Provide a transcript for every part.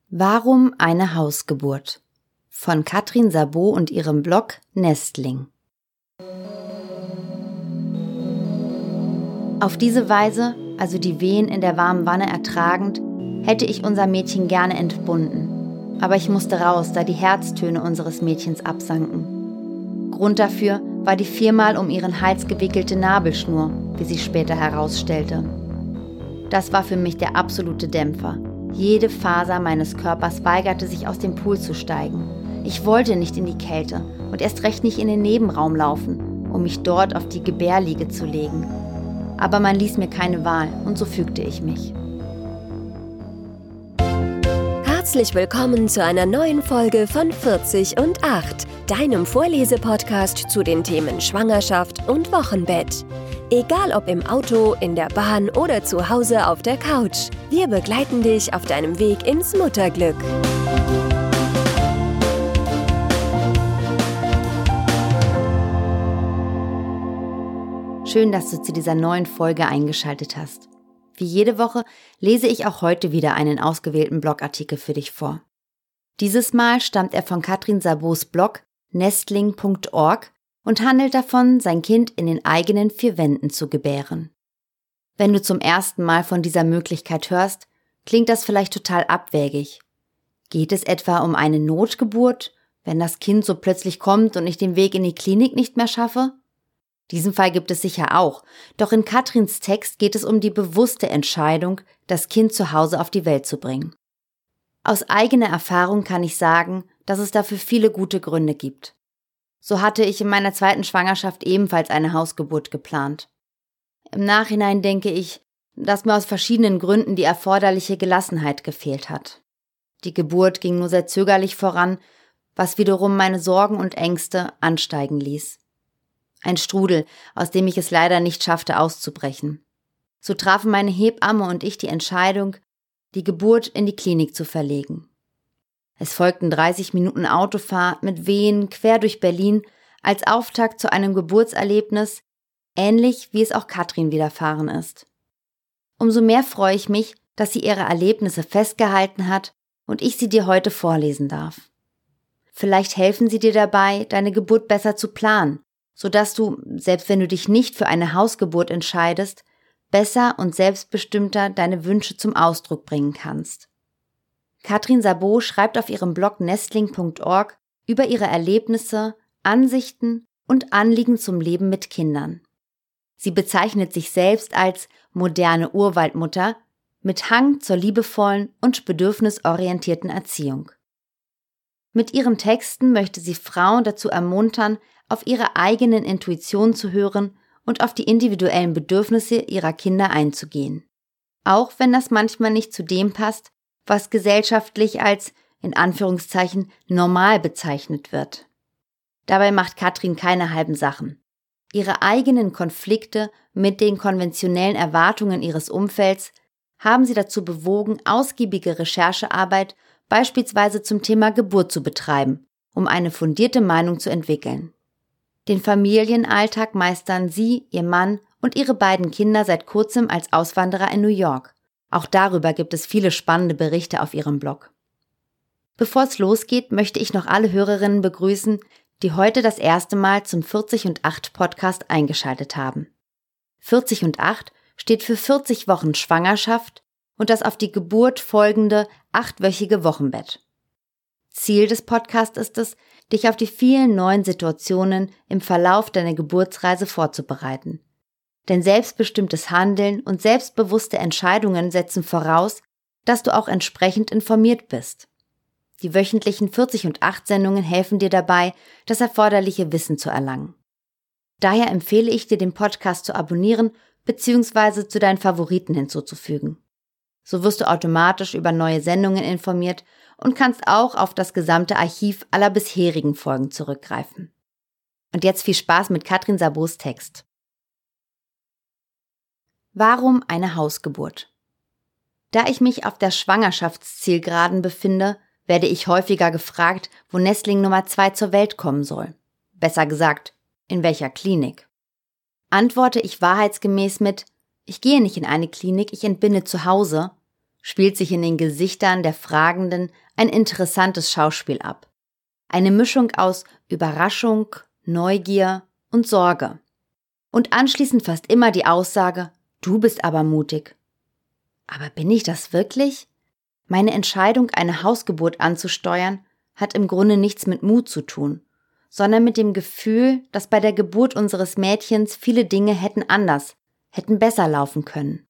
Warum eine Hausgeburt? Von Katrin Sabot und ihrem Blog Nestling. Auf diese Weise, also die Wehen in der warmen Wanne ertragend, hätte ich unser Mädchen gerne entbunden. Aber ich musste raus, da die Herztöne unseres Mädchens absanken. Grund dafür war die 4-mal um ihren Hals gewickelte Nabelschnur, wie sich später herausstellte. Das war für mich der absolute Dämpfer. Jede Faser meines Körpers weigerte sich, aus dem Pool zu steigen. Ich wollte nicht in die Kälte und erst recht nicht in den Nebenraum laufen, um mich dort auf die Gebärliege zu legen. Aber man ließ mir keine Wahl und so fügte ich mich. Herzlich willkommen zu einer neuen Folge von 40 und 8, deinem Vorlesepodcast zu den Themen Schwangerschaft und Wochenbett. Egal ob im Auto, in der Bahn oder zu Hause auf der Couch, wir begleiten dich auf deinem Weg ins Mutterglück. Schön, dass du zu dieser neuen Folge eingeschaltet hast. Wie jede Woche lese ich auch heute wieder einen ausgewählten Blogartikel für dich vor. Dieses Mal stammt er von Katrin Sabots Blog nestling.org und handelt davon, sein Kind in den eigenen 4 Wänden zu gebären. Wenn du zum ersten Mal von dieser Möglichkeit hörst, klingt das vielleicht total abwegig. Geht es etwa um eine Notgeburt, wenn das Kind so plötzlich kommt und ich den Weg in die Klinik nicht mehr schaffe? Diesen Fall gibt es sicher auch, doch in Katrins Text geht es um die bewusste Entscheidung, das Kind zu Hause auf die Welt zu bringen. Aus eigener Erfahrung kann ich sagen, dass es dafür viele gute Gründe gibt. So hatte ich in meiner 2. Schwangerschaft ebenfalls eine Hausgeburt geplant. Im Nachhinein denke ich, dass mir aus verschiedenen Gründen die erforderliche Gelassenheit gefehlt hat. Die Geburt ging nur sehr zögerlich voran, was wiederum meine Sorgen und Ängste ansteigen ließ. Ein Strudel, aus dem ich es leider nicht schaffte auszubrechen. So trafen meine Hebamme und ich die Entscheidung, die Geburt in die Klinik zu verlegen. Es folgten 30 Minuten Autofahrt mit Wehen quer durch Berlin als Auftakt zu einem Geburtserlebnis, ähnlich wie es auch Katrin widerfahren ist. Umso mehr freue ich mich, dass sie ihre Erlebnisse festgehalten hat und ich sie dir heute vorlesen darf. Vielleicht helfen sie dir dabei, deine Geburt besser zu planen, sodass du, selbst wenn du dich nicht für eine Hausgeburt entscheidest, besser und selbstbestimmter deine Wünsche zum Ausdruck bringen kannst. Katrin Sabot schreibt auf ihrem Blog nestling.org über ihre Erlebnisse, Ansichten und Anliegen zum Leben mit Kindern. Sie bezeichnet sich selbst als moderne Urwaldmutter mit Hang zur liebevollen und bedürfnisorientierten Erziehung. Mit ihren Texten möchte sie Frauen dazu ermuntern, auf ihre eigenen Intuitionen zu hören und auf die individuellen Bedürfnisse ihrer Kinder einzugehen. Auch wenn das manchmal nicht zu dem passt, was gesellschaftlich als, in Anführungszeichen, normal bezeichnet wird. Dabei macht Katrin keine halben Sachen. Ihre eigenen Konflikte mit den konventionellen Erwartungen ihres Umfelds haben sie dazu bewogen, ausgiebige Recherchearbeit beispielsweise zum Thema Geburt zu betreiben, um eine fundierte Meinung zu entwickeln. Den Familienalltag meistern sie, ihr Mann und ihre beiden Kinder seit kurzem als Auswanderer in New York. Auch darüber gibt es viele spannende Berichte auf ihrem Blog. Bevor es losgeht, möchte ich noch alle Hörerinnen begrüßen, die heute das erste Mal zum 40 und 8 Podcast eingeschaltet haben. 40 und 8 steht für 40 Wochen Schwangerschaft und das auf die Geburt folgende 8-wöchige Wochenbett. Ziel des Podcasts ist es, dich auf die vielen neuen Situationen im Verlauf deiner Geburtsreise vorzubereiten. Denn selbstbestimmtes Handeln und selbstbewusste Entscheidungen setzen voraus, dass du auch entsprechend informiert bist. Die wöchentlichen 40 und 8 Sendungen helfen dir dabei, das erforderliche Wissen zu erlangen. Daher empfehle ich dir, den Podcast zu abonnieren bzw. zu deinen Favoriten hinzuzufügen. So wirst du automatisch über neue Sendungen informiert und kannst auch auf das gesamte Archiv aller bisherigen Folgen zurückgreifen. Und jetzt viel Spaß mit Katrin Sabots Text. Warum eine Hausgeburt? Da ich mich auf der Schwangerschaftszielgeraden befinde, werde ich häufiger gefragt, wo Nestling Nummer 2 zur Welt kommen soll. Besser gesagt, in welcher Klinik. Antworte ich wahrheitsgemäß mit: Ich gehe nicht in eine Klinik, ich entbinde zu Hause, spielt sich in den Gesichtern der Fragenden ein interessantes Schauspiel ab. Eine Mischung aus Überraschung, Neugier und Sorge. Und anschließend fast immer die Aussage, du bist aber mutig. Aber bin ich das wirklich? Meine Entscheidung, eine Hausgeburt anzusteuern, hat im Grunde nichts mit Mut zu tun, sondern mit dem Gefühl, dass bei der Geburt unseres Mädchens viele Dinge hätten besser laufen können.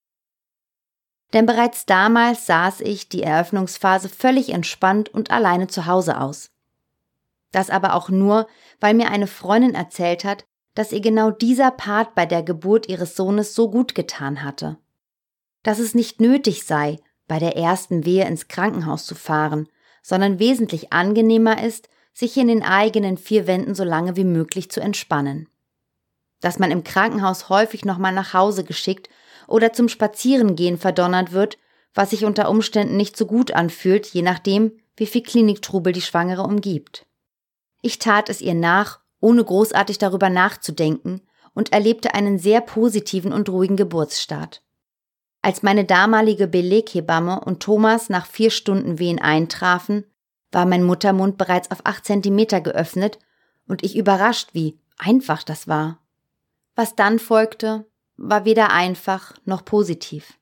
Denn bereits damals saß ich die Eröffnungsphase völlig entspannt und alleine zu Hause aus. Das aber auch nur, weil mir eine Freundin erzählt hat, dass ihr genau dieser Part bei der Geburt ihres Sohnes so gut getan hatte. Dass es nicht nötig sei, bei der ersten Wehe ins Krankenhaus zu fahren, sondern wesentlich angenehmer ist, sich in den eigenen 4 Wänden so lange wie möglich zu entspannen. Dass man im Krankenhaus häufig nochmal nach Hause geschickt oder zum Spazierengehen verdonnert wird, was sich unter Umständen nicht so gut anfühlt, je nachdem, wie viel Kliniktrubel die Schwangere umgibt. Ich tat es ihr nach, ohne großartig darüber nachzudenken, und erlebte einen sehr positiven und ruhigen Geburtsstart. Als meine damalige Beleghebamme und Thomas nach 4 Stunden Wehen eintrafen, war mein Muttermund bereits auf 8 Zentimeter geöffnet und ich überrascht, wie einfach das war. Was dann folgte, war weder einfach noch positiv.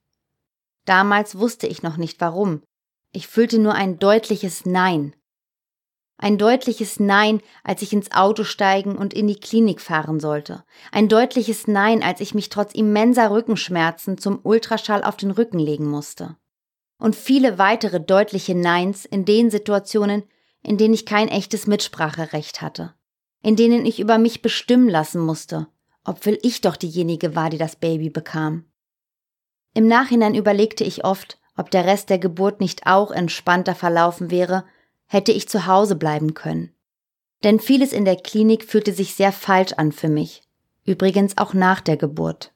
Damals wusste ich noch nicht warum. Ich fühlte nur ein deutliches Nein. Ein deutliches Nein, als ich ins Auto steigen und in die Klinik fahren sollte. Ein deutliches Nein, als ich mich trotz immenser Rückenschmerzen zum Ultraschall auf den Rücken legen musste. Und viele weitere deutliche Neins in den Situationen, in denen ich kein echtes Mitspracherecht hatte. In denen ich über mich bestimmen lassen musste, obwohl ich doch diejenige war, die das Baby bekam. Im Nachhinein überlegte ich oft, ob der Rest der Geburt nicht auch entspannter verlaufen wäre, hätte ich zu Hause bleiben können. Denn vieles in der Klinik fühlte sich sehr falsch an für mich. Übrigens auch nach der Geburt.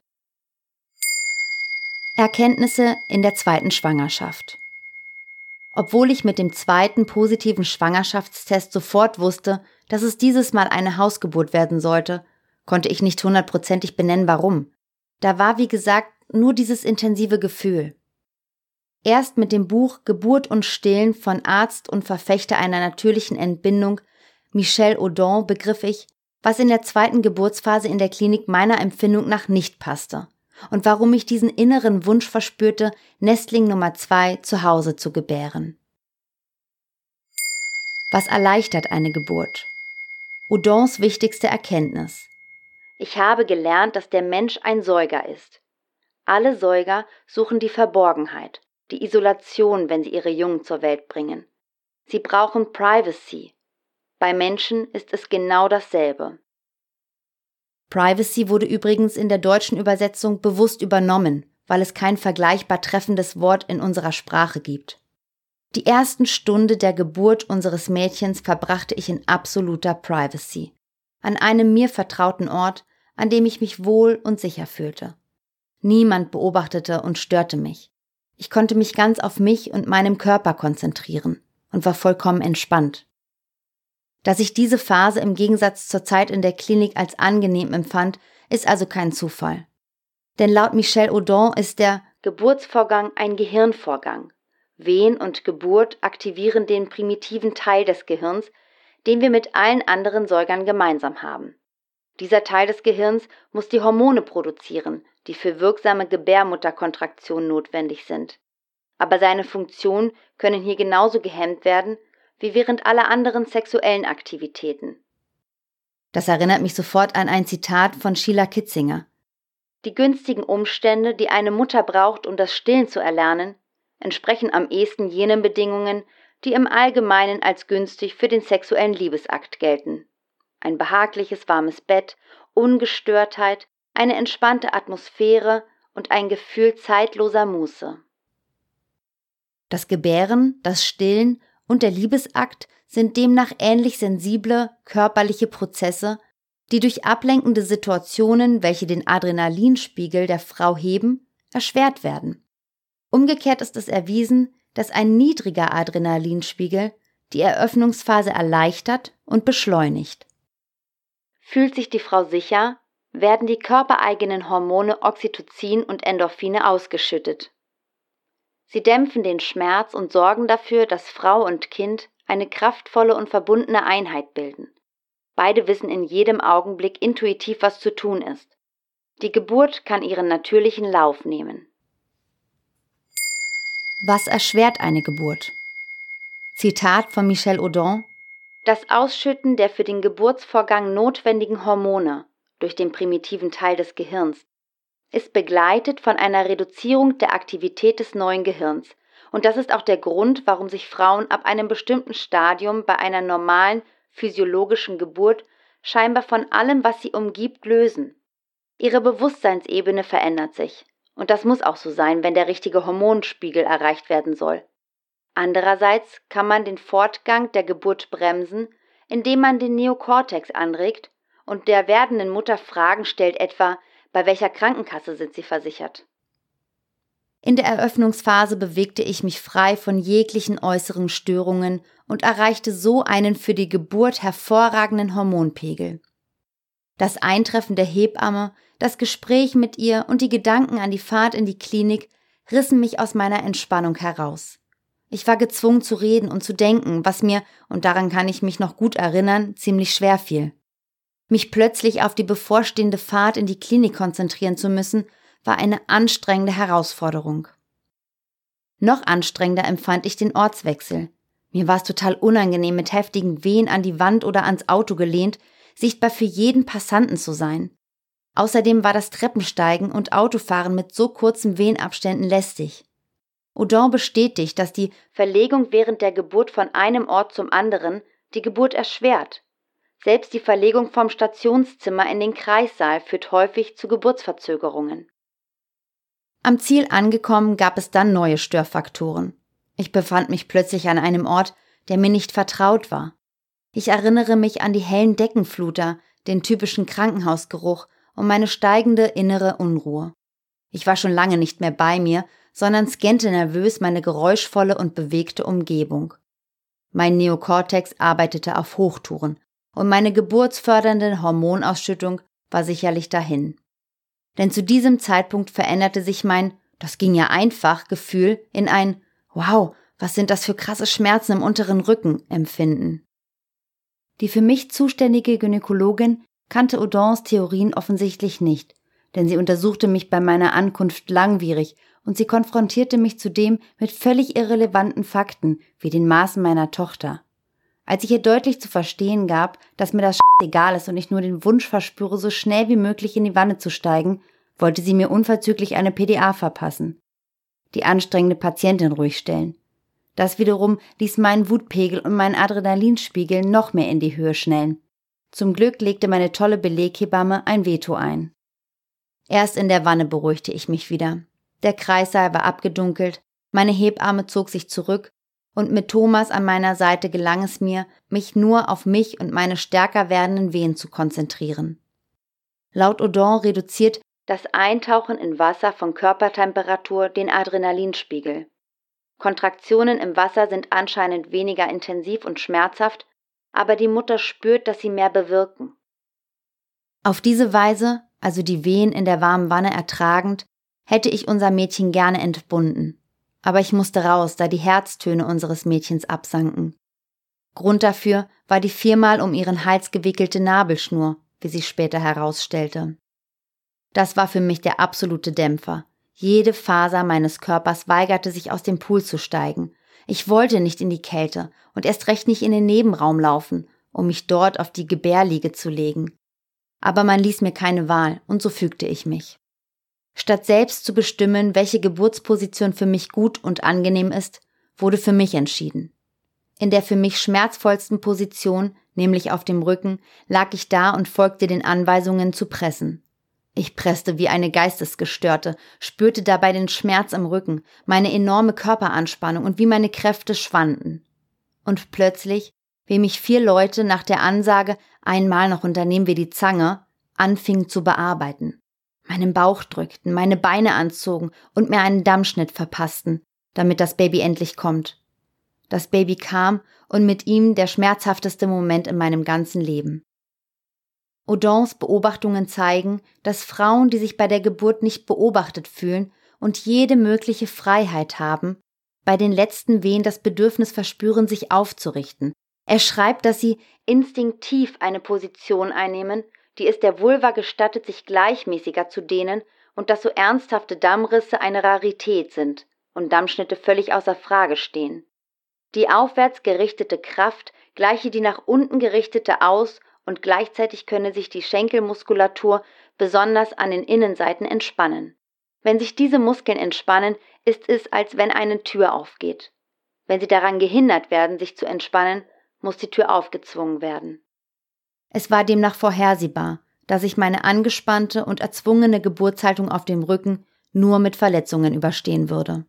Erkenntnisse in der 2. Schwangerschaft. Obwohl ich mit dem 2. positiven Schwangerschaftstest sofort wusste, dass es dieses Mal eine Hausgeburt werden sollte, konnte ich nicht 100%ig benennen, warum. Da war, wie gesagt, nur dieses intensive Gefühl. Erst mit dem Buch Geburt und Stillen von Arzt und Verfechter einer natürlichen Entbindung Michel Audin begriff ich, was in der 2. Geburtsphase in der Klinik meiner Empfindung nach nicht passte und warum ich diesen inneren Wunsch verspürte, Nestling Nummer 2 zu Hause zu gebären. Was erleichtert eine Geburt? Audins wichtigste Erkenntnis. Ich habe gelernt, dass der Mensch ein Säuger ist. Alle Säuger suchen die Verborgenheit, die Isolation, wenn sie ihre Jungen zur Welt bringen. Sie brauchen Privacy. Bei Menschen ist es genau dasselbe. Privacy wurde übrigens in der deutschen Übersetzung bewusst übernommen, weil es kein vergleichbar treffendes Wort in unserer Sprache gibt. Die ersten Stunden der Geburt unseres Mädchens verbrachte ich in absoluter Privacy, an einem mir vertrauten Ort, an dem ich mich wohl und sicher fühlte. Niemand beobachtete und störte mich. Ich konnte mich ganz auf mich und meinem Körper konzentrieren und war vollkommen entspannt. Dass ich diese Phase im Gegensatz zur Zeit in der Klinik als angenehm empfand, ist also kein Zufall. Denn laut Michel Audin ist der Geburtsvorgang ein Gehirnvorgang. Wehen und Geburt aktivieren den primitiven Teil des Gehirns, den wir mit allen anderen Säugern gemeinsam haben. Dieser Teil des Gehirns muss die Hormone produzieren, die für wirksame Gebärmutterkontraktionen notwendig sind. Aber seine Funktionen können hier genauso gehemmt werden, wie während aller anderen sexuellen Aktivitäten. Das erinnert mich sofort an ein Zitat von Sheila Kitzinger. Die günstigen Umstände, die eine Mutter braucht, um das Stillen zu erlernen, entsprechen am ehesten jenen Bedingungen, die im Allgemeinen als günstig für den sexuellen Liebesakt gelten. Ein behagliches, warmes Bett, Ungestörtheit, eine entspannte Atmosphäre und ein Gefühl zeitloser Muße. Das Gebären, das Stillen und der Liebesakt sind demnach ähnlich sensible, körperliche Prozesse, die durch ablenkende Situationen, welche den Adrenalinspiegel der Frau heben, erschwert werden. Umgekehrt ist es erwiesen, dass ein niedriger Adrenalinspiegel die Eröffnungsphase erleichtert und beschleunigt. Fühlt sich die Frau sicher, werden die körpereigenen Hormone Oxytocin und Endorphine ausgeschüttet. Sie dämpfen den Schmerz und sorgen dafür, dass Frau und Kind eine kraftvolle und verbundene Einheit bilden. Beide wissen in jedem Augenblick intuitiv, was zu tun ist. Die Geburt kann ihren natürlichen Lauf nehmen. Was erschwert eine Geburt? Zitat von Michel Audin: Das Ausschütten der für den Geburtsvorgang notwendigen Hormone durch den primitiven Teil des Gehirns ist begleitet von einer Reduzierung der Aktivität des neuen Gehirns. Und das ist auch der Grund, warum sich Frauen ab einem bestimmten Stadium bei einer normalen physiologischen Geburt scheinbar von allem, was sie umgibt, lösen. Ihre Bewusstseinsebene verändert sich. Und das muss auch so sein, wenn der richtige Hormonspiegel erreicht werden soll. Andererseits kann man den Fortgang der Geburt bremsen, indem man den Neokortex anregt und der werdenden Mutter Fragen stellt, etwa: Bei welcher Krankenkasse sind Sie versichert? In der Eröffnungsphase bewegte ich mich frei von jeglichen äußeren Störungen und erreichte so einen für die Geburt hervorragenden Hormonpegel. Das Eintreffen der Hebamme, das Gespräch mit ihr und die Gedanken an die Fahrt in die Klinik rissen mich aus meiner Entspannung heraus. Ich war gezwungen zu reden und zu denken, was mir, und daran kann ich mich noch gut erinnern, ziemlich schwer fiel. Mich plötzlich auf die bevorstehende Fahrt in die Klinik konzentrieren zu müssen, war eine anstrengende Herausforderung. Noch anstrengender empfand ich den Ortswechsel. Mir war es total unangenehm, mit heftigen Wehen an die Wand oder ans Auto gelehnt, sichtbar für jeden Passanten zu sein. Außerdem war das Treppensteigen und Autofahren mit so kurzen Wehenabständen lästig. Audin bestätigt, dass die Verlegung während der Geburt von einem Ort zum anderen die Geburt erschwert. Selbst die Verlegung vom Stationszimmer in den Kreissaal führt häufig zu Geburtsverzögerungen. Am Ziel angekommen gab es dann neue Störfaktoren. Ich befand mich plötzlich an einem Ort, der mir nicht vertraut war. Ich erinnere mich an die hellen Deckenfluter, den typischen Krankenhausgeruch und meine steigende innere Unruhe. Ich war schon lange nicht mehr bei mir, sondern scannte nervös meine geräuschvolle und bewegte Umgebung. Mein Neokortex arbeitete auf Hochtouren und meine geburtsfördernde Hormonausschüttung war sicherlich dahin. Denn zu diesem Zeitpunkt veränderte sich mein „Das ging ja einfach" Gefühl in ein „Wow, was sind das für krasse Schmerzen im unteren Rücken" Empfinden. Die für mich zuständige Gynäkologin kannte Audins Theorien offensichtlich nicht, denn sie untersuchte mich bei meiner Ankunft langwierig und sie konfrontierte mich zudem mit völlig irrelevanten Fakten, wie den Maßen meiner Tochter. Als ich ihr deutlich zu verstehen gab, dass mir das egal ist und ich nur den Wunsch verspüre, so schnell wie möglich in die Wanne zu steigen, wollte sie mir unverzüglich eine PDA verpassen. Die anstrengende Patientin ruhig stellen. Das wiederum ließ meinen Wutpegel und meinen Adrenalinspiegel noch mehr in die Höhe schnellen. Zum Glück legte meine tolle Beleghebamme ein Veto ein. Erst in der Wanne beruhigte ich mich wieder. Der Kreissaal war abgedunkelt, meine Hebamme zog sich zurück und mit Thomas an meiner Seite gelang es mir, mich nur auf mich und meine stärker werdenden Wehen zu konzentrieren. Laut Audin reduziert das Eintauchen in Wasser von Körpertemperatur den Adrenalinspiegel. Kontraktionen im Wasser sind anscheinend weniger intensiv und schmerzhaft, aber die Mutter spürt, dass sie mehr bewirken. Auf diese Weise, also die Wehen in der warmen Wanne ertragend, hätte ich unser Mädchen gerne entbunden. Aber ich musste raus, da die Herztöne unseres Mädchens absanken. Grund dafür war die 4-mal um ihren Hals gewickelte Nabelschnur, wie sich später herausstellte. Das war für mich der absolute Dämpfer. Jede Faser meines Körpers weigerte sich, aus dem Pool zu steigen. Ich wollte nicht in die Kälte und erst recht nicht in den Nebenraum laufen, um mich dort auf die Gebärliege zu legen. Aber man ließ mir keine Wahl und so fügte ich mich. Statt selbst zu bestimmen, welche Geburtsposition für mich gut und angenehm ist, wurde für mich entschieden. In der für mich schmerzvollsten Position, nämlich auf dem Rücken, lag ich da und folgte den Anweisungen zu pressen. Ich presste wie eine Geistesgestörte, spürte dabei den Schmerz im Rücken, meine enorme Körperanspannung und wie meine Kräfte schwanden. Und plötzlich, wie mich 4 Leute nach der Ansage „Einmal noch und dann nehmen wir die Zange" anfingen zu bearbeiten. Meinen Bauch drückten, meine Beine anzogen und mir einen Dammschnitt verpassten, damit das Baby endlich kommt. Das Baby kam und mit ihm der schmerzhafteste Moment in meinem ganzen Leben. Audins Beobachtungen zeigen, dass Frauen, die sich bei der Geburt nicht beobachtet fühlen und jede mögliche Freiheit haben, bei den letzten Wehen das Bedürfnis verspüren, sich aufzurichten. Er schreibt, dass sie instinktiv eine Position einnehmen, die es der Vulva gestattet, sich gleichmäßiger zu dehnen und dass so ernsthafte Dammrisse eine Rarität sind und Dammschnitte völlig außer Frage stehen. Die aufwärts gerichtete Kraft gleiche die nach unten gerichtete aus und gleichzeitig könne sich die Schenkelmuskulatur besonders an den Innenseiten entspannen. Wenn sich diese Muskeln entspannen, ist es, als wenn eine Tür aufgeht. Wenn sie daran gehindert werden, sich zu entspannen, muss die Tür aufgezwungen werden. Es war demnach vorhersehbar, dass ich meine angespannte und erzwungene Geburtshaltung auf dem Rücken nur mit Verletzungen überstehen würde.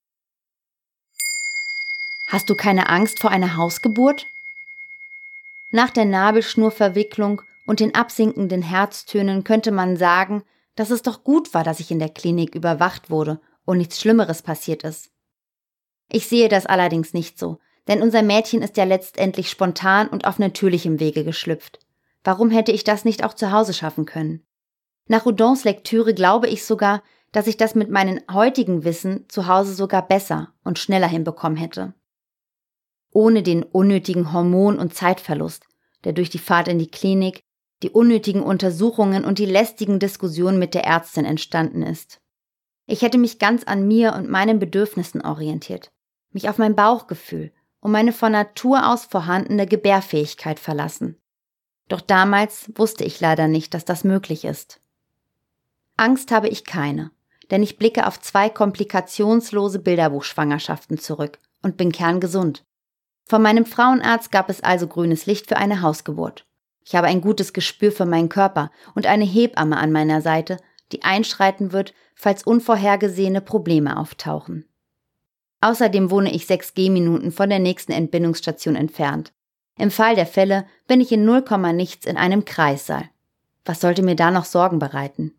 Hast du keine Angst vor einer Hausgeburt? Nach der Nabelschnurverwicklung und den absinkenden Herztönen könnte man sagen, dass es doch gut war, dass ich in der Klinik überwacht wurde und nichts Schlimmeres passiert ist. Ich sehe das allerdings nicht so, denn unser Mädchen ist ja letztendlich spontan und auf natürlichem Wege geschlüpft. Warum hätte ich das nicht auch zu Hause schaffen können? Nach Houdons Lektüre glaube ich sogar, dass ich das mit meinem heutigen Wissen zu Hause sogar besser und schneller hinbekommen hätte. Ohne den unnötigen Hormon- und Zeitverlust, der durch die Fahrt in die Klinik, die unnötigen Untersuchungen und die lästigen Diskussionen mit der Ärztin entstanden ist. Ich hätte mich ganz an mir und meinen Bedürfnissen orientiert, mich auf mein Bauchgefühl und meine von Natur aus vorhandene Gebärfähigkeit verlassen. Doch damals wusste ich leider nicht, dass das möglich ist. Angst habe ich keine, denn ich blicke auf 2 komplikationslose Bilderbuchschwangerschaften zurück und bin kerngesund. Von meinem Frauenarzt gab es also grünes Licht für eine Hausgeburt. Ich habe ein gutes Gespür für meinen Körper und eine Hebamme an meiner Seite, die einschreiten wird, falls unvorhergesehene Probleme auftauchen. Außerdem wohne ich 6 Gehminuten von der nächsten Entbindungsstation entfernt. Im Fall der Fälle bin ich in 0, nichts in einem Kreissaal. Was sollte mir da noch Sorgen bereiten?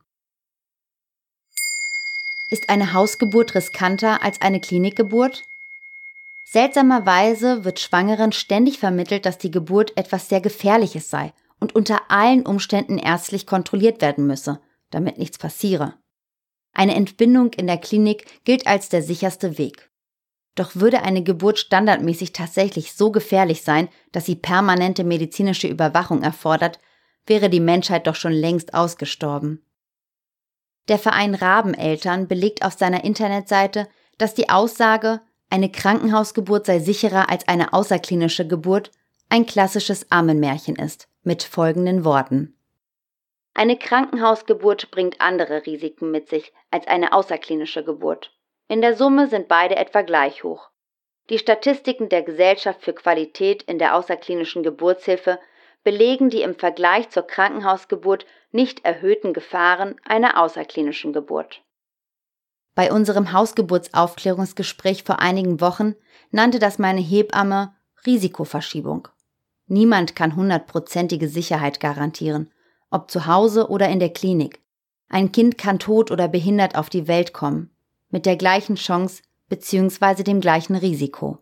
Ist eine Hausgeburt riskanter als eine Klinikgeburt? Seltsamerweise wird Schwangeren ständig vermittelt, dass die Geburt etwas sehr Gefährliches sei und unter allen Umständen ärztlich kontrolliert werden müsse, damit nichts passiere. Eine Entbindung in der Klinik gilt als der sicherste Weg. Doch würde eine Geburt standardmäßig tatsächlich so gefährlich sein, dass sie permanente medizinische Überwachung erfordert, wäre die Menschheit doch schon längst ausgestorben. Der Verein Rabeneltern belegt auf seiner Internetseite, dass die Aussage, eine Krankenhausgeburt sei sicherer als eine außerklinische Geburt, ein klassisches Ammenmärchen ist, mit folgenden Worten. Eine Krankenhausgeburt bringt andere Risiken mit sich als eine außerklinische Geburt. In der Summe sind beide etwa gleich hoch. Die Statistiken der Gesellschaft für Qualität in der außerklinischen Geburtshilfe belegen die im Vergleich zur Krankenhausgeburt nicht erhöhten Gefahren einer außerklinischen Geburt. Bei unserem Hausgeburtsaufklärungsgespräch vor einigen Wochen nannte das meine Hebamme Risikoverschiebung. Niemand kann 100%ige Sicherheit garantieren, ob zu Hause oder in der Klinik. Ein Kind kann tot oder behindert auf die Welt kommen, mit der gleichen Chance bzw. dem gleichen Risiko.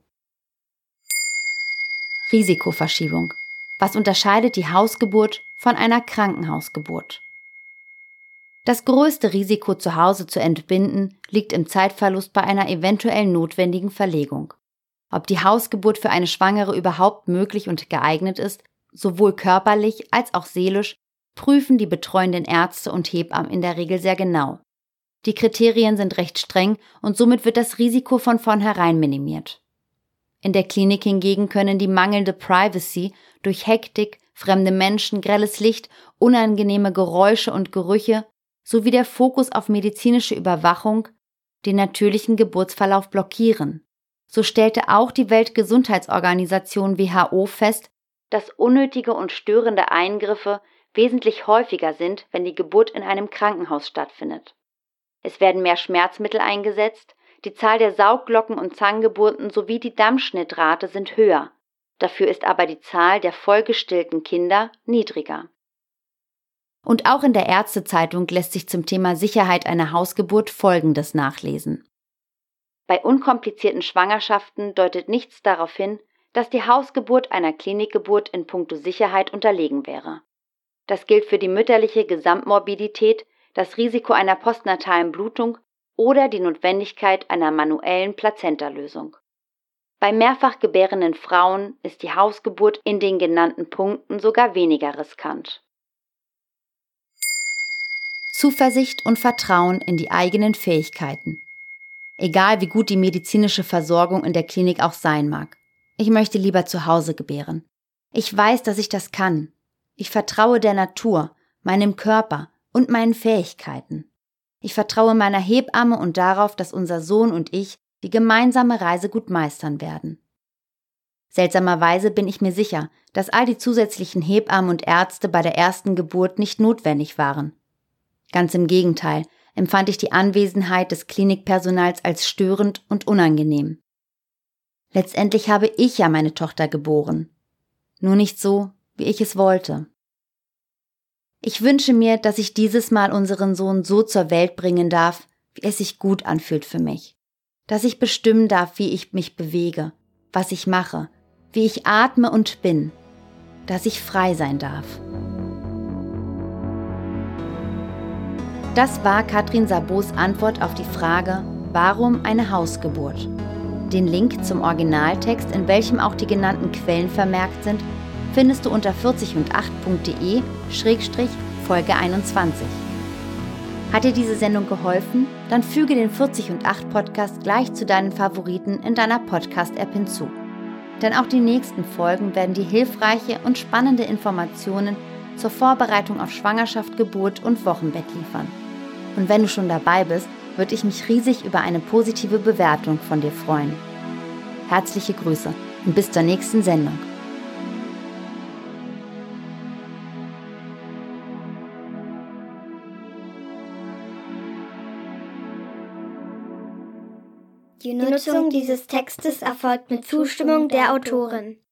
Risikoverschiebung. Was unterscheidet die Hausgeburt von einer Krankenhausgeburt? Das größte Risiko, zu Hause zu entbinden, liegt im Zeitverlust bei einer eventuell notwendigen Verlegung. Ob die Hausgeburt für eine Schwangere überhaupt möglich und geeignet ist, sowohl körperlich als auch seelisch, prüfen die betreuenden Ärzte und Hebammen in der Regel sehr genau. Die Kriterien sind recht streng und somit wird das Risiko von vornherein minimiert. In der Klinik hingegen können die mangelnde Privacy durch Hektik, fremde Menschen, grelles Licht, unangenehme Geräusche und Gerüche sowie der Fokus auf medizinische Überwachung den natürlichen Geburtsverlauf blockieren. So stellte auch die Weltgesundheitsorganisation WHO fest, dass unnötige und störende Eingriffe wesentlich häufiger sind, wenn die Geburt in einem Krankenhaus stattfindet. Es werden mehr Schmerzmittel eingesetzt, die Zahl der Saugglocken und Zangengeburten sowie die Dammschnittrate sind höher. Dafür ist aber die Zahl der vollgestillten Kinder niedriger. Und auch in der Ärztezeitung lässt sich zum Thema Sicherheit einer Hausgeburt Folgendes nachlesen. Bei unkomplizierten Schwangerschaften deutet nichts darauf hin, dass die Hausgeburt einer Klinikgeburt in puncto Sicherheit unterlegen wäre. Das gilt für die mütterliche Gesamtmorbidität, das Risiko einer postnatalen Blutung oder die Notwendigkeit einer manuellen Plazentalösung. Bei mehrfach gebärenden Frauen ist die Hausgeburt in den genannten Punkten sogar weniger riskant. Zuversicht und Vertrauen in die eigenen Fähigkeiten. Egal wie gut die medizinische Versorgung in der Klinik auch sein mag. Ich möchte lieber zu Hause gebären. Ich weiß, dass ich das kann. Ich vertraue der Natur, meinem Körper und meinen Fähigkeiten. Ich vertraue meiner Hebamme und darauf, dass unser Sohn und ich die gemeinsame Reise gut meistern werden. Seltsamerweise bin ich mir sicher, dass all die zusätzlichen Hebammen und Ärzte bei der ersten Geburt nicht notwendig waren. Ganz im Gegenteil empfand ich die Anwesenheit des Klinikpersonals als störend und unangenehm. Letztendlich habe ich ja meine Tochter geboren. Nur nicht so, wie ich es wollte. Ich wünsche mir, dass ich dieses Mal unseren Sohn so zur Welt bringen darf, wie es sich gut anfühlt für mich. Dass ich bestimmen darf, wie ich mich bewege, was ich mache, wie ich atme und bin. Dass ich frei sein darf. Das war Katrin Sabots Antwort auf die Frage, warum eine Hausgeburt? Den Link zum Originaltext, in welchem auch die genannten Quellen vermerkt sind, findest du unter 40und8.de/Folge 21. Hat dir diese Sendung geholfen? Dann füge den 40 und 8 Podcast gleich zu deinen Favoriten in deiner Podcast-App hinzu. Denn auch die nächsten Folgen werden dir hilfreiche und spannende Informationen zur Vorbereitung auf Schwangerschaft, Geburt und Wochenbett liefern. Und wenn du schon dabei bist, würde ich mich riesig über eine positive Bewertung von dir freuen. Herzliche Grüße und bis zur nächsten Sendung. Die Nutzung dieses Textes erfolgt mit Zustimmung der Autorin.